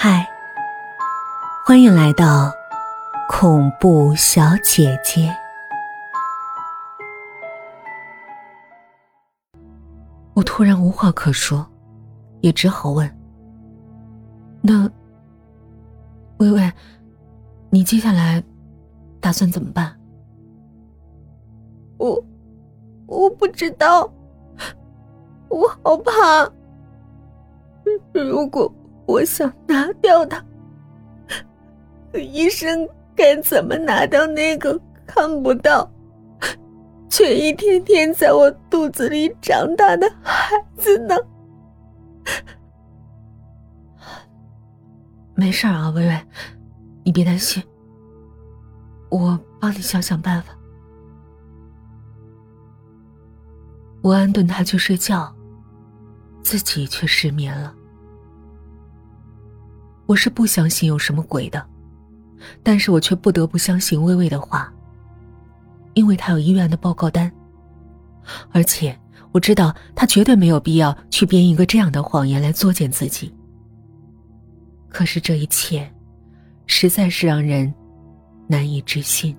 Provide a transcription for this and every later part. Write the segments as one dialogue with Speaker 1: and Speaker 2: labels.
Speaker 1: 嗨，欢迎来到恐怖小姐姐。我突然无话可说，也只好问：那薇薇，你接下来打算怎么办？
Speaker 2: 我不知道，我好怕。如果我想拿掉它，医生该怎么拿掉那个看不到却一天天在我肚子里长大的孩子呢？
Speaker 1: 没事啊，薇薇，你别担心，我帮你想想办法。我安顿他去睡觉，自己却失眠了。我是不相信有什么鬼的，但是我却不得不相信薇薇的话，因为她有医院的报告单，而且我知道她绝对没有必要去编一个这样的谎言来作践自己。可是这一切实在是让人难以置信。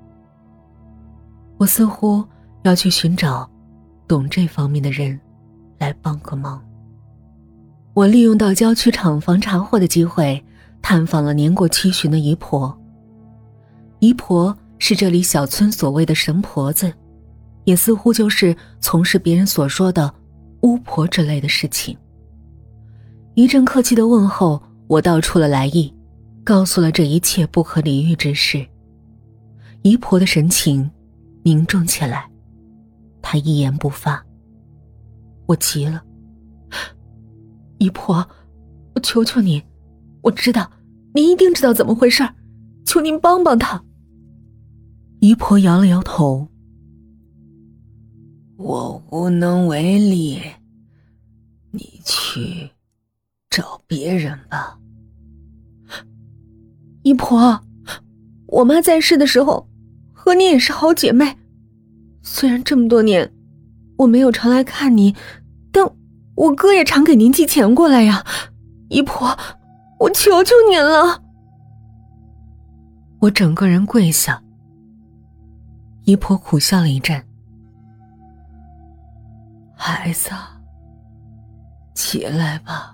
Speaker 1: 我似乎要去寻找懂这方面的人来帮个忙。我利用到郊区厂房查货的机会，探访了年过70的姨婆。姨婆是这里小村所谓的神婆子，也似乎就是从事别人所说的巫婆之类的事情。一阵客气的问候，我道出了来意，告诉了这一切不可理喻之事。姨婆的神情凝重起来，她一言不发。我急了：姨婆，我求求你，我知道您一定知道怎么回事，求您帮帮他。姨婆摇了摇头：
Speaker 3: 我无能为力，你去找别人吧。
Speaker 2: 姨婆，我妈在世的时候和你也是好姐妹，虽然这么多年我没有常来看你，但我哥也常给您寄钱过来呀。姨婆，我求求您了。
Speaker 1: 我整个人跪下。姨婆苦笑了一阵：
Speaker 3: 孩子，起来吧。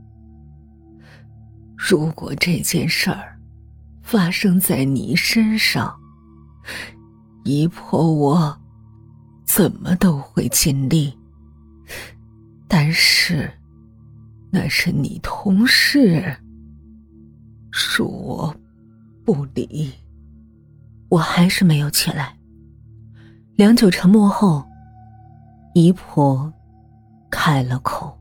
Speaker 3: 如果这件事儿发生在你身上，姨婆我怎么都会尽力，但是那是你同事，恕我不理。
Speaker 1: 我还是没有起来。良久沉默后，姨婆开了口：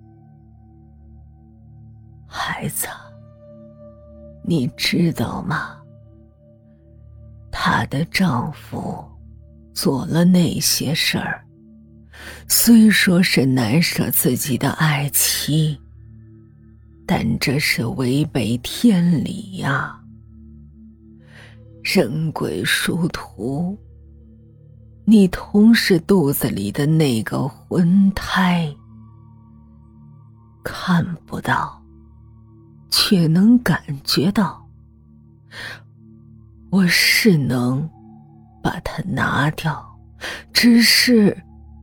Speaker 3: 孩子，你知道吗？她的丈夫做了那些事儿，虽说是难舍自己的爱妻，但这是违背天理呀。人鬼殊途，你同事肚子里的那个魂胎，看不到却能感觉到，我是能把它拿掉，只是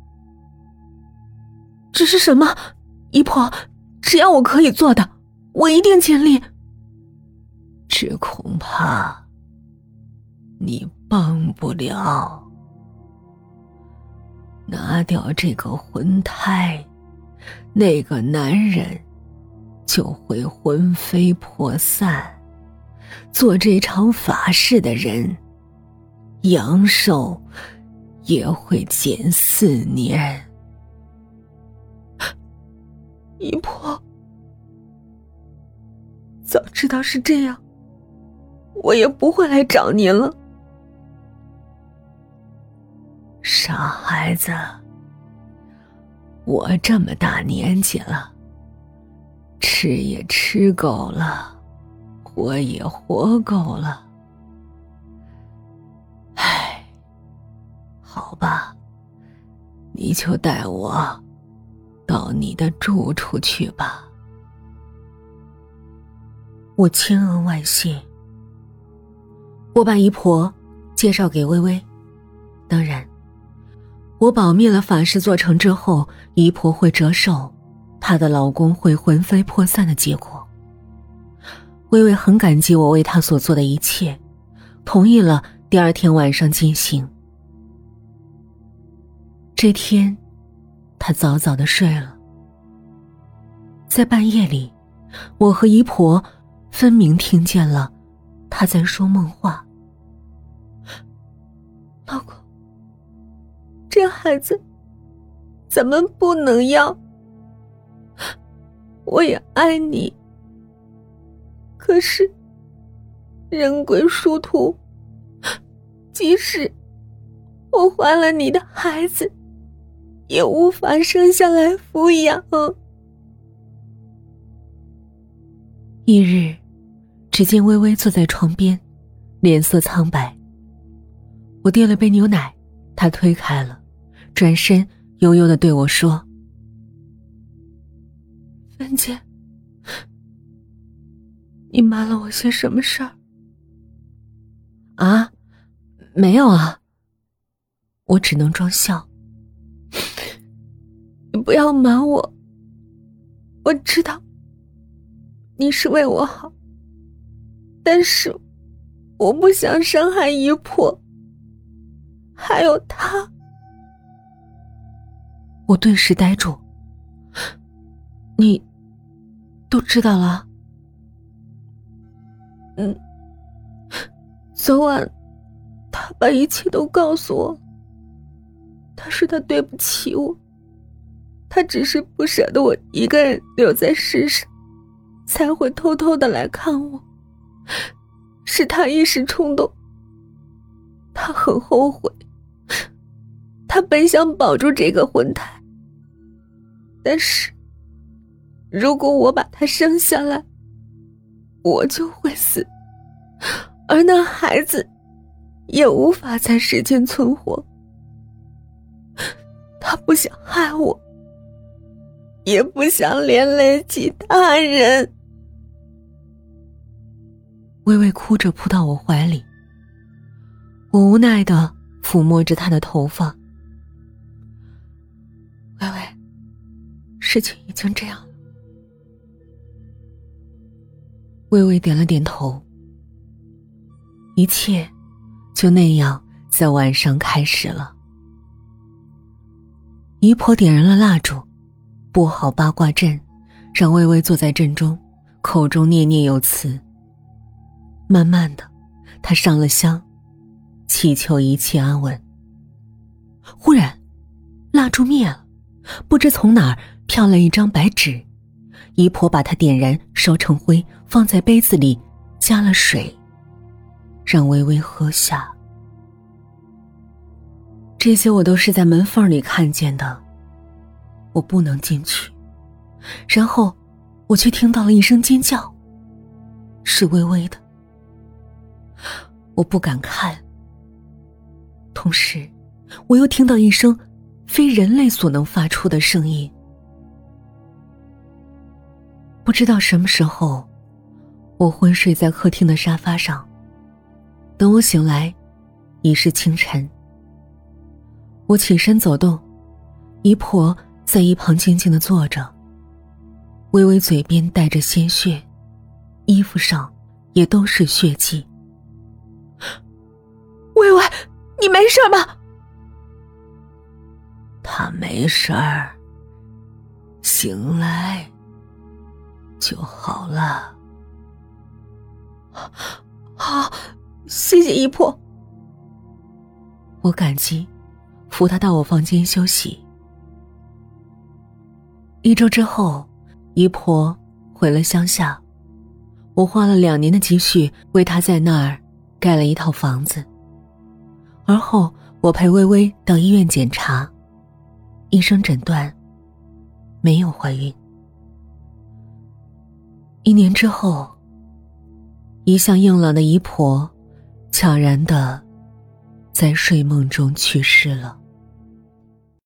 Speaker 2: 什么？姨婆，只要我可以做的，我一定尽力。
Speaker 3: 只恐怕你帮不了。拿掉这个魂胎，那个男人就会魂飞魄散，做这场法事的人阳寿也会减4年。
Speaker 2: 姨婆，早知道是这样，我也不会来找您了。
Speaker 3: 傻孩子，我这么大年纪了，吃也吃够了，活也活够了。唉，好吧，你就带我到你的住处去吧。
Speaker 1: 我千恩万谢。我把姨婆介绍给微微，当然我保密了法事做成之后姨婆会折寿，她的老公会魂飞魄散的结果。微微很感激我为她所做的一切，同意了第二天晚上进行。这天她早早地睡了。在半夜里，我和姨婆分明听见了她在说梦话。
Speaker 2: 老公，这孩子咱们不能要，我也爱你，可是人鬼殊途，即使我怀了你的孩子，也无法生下来抚养。
Speaker 1: 一日，只见微微坐在床边，脸色苍白。我递了杯牛奶，她推开了，转身悠悠地对我说：
Speaker 2: 芬姐，你瞒了我些什么事儿？
Speaker 1: 啊，没有啊。我只能装笑。
Speaker 2: 你不要瞒我，我知道你是为我好，但是我不想伤害姨婆，还有她。
Speaker 1: 我顿时呆住。你都知道了？
Speaker 2: 昨晚他把一切都告诉我，他说他对不起我，他只是不舍得我一个人留在世上，才会偷偷的来看我，是他一时冲动，他很后悔，他本想保住这个婚胎，但是如果我把他生下来，我就会死，而那孩子也无法在世间存活。他不想害我，也不想连累其他人。
Speaker 1: 微微哭着扑到我怀里，我无奈地抚摸着她的头发。
Speaker 2: 微微，事情已经这样了。
Speaker 1: 微微点了点头。一切就那样在晚上开始了。姨婆点燃了蜡烛，布好八卦阵，让微微坐在阵中，口中念念有词。慢慢的，她上了香，祈求一切安稳。忽然蜡烛灭了，不知从哪儿飘来一张白纸，姨婆把它点燃，烧成灰，放在杯子里，加了水，让微微喝下。这些我都是在门缝里看见的，我不能进去。然后我却听到了一声尖叫，是微微的。我不敢看，同时我又听到一声非人类所能发出的声音。不知道什么时候，我昏睡在客厅的沙发上，等我醒来，已是清晨。我起身走动，姨婆在一旁静静地坐着，微微嘴边带着鲜血，衣服上也都是血迹。
Speaker 2: 微微，你没事吧？
Speaker 3: 他没事儿，醒来就好了。
Speaker 2: 好，谢谢姨婆。
Speaker 1: 我感激，扶她到我房间休息。1周之后，姨婆回了乡下，我花了2年的积蓄为她在那儿盖了一套房子。而后我陪微微到医院检查，医生诊断没有怀孕。1年之后，一向硬朗的姨婆悄然地在睡梦中去世了。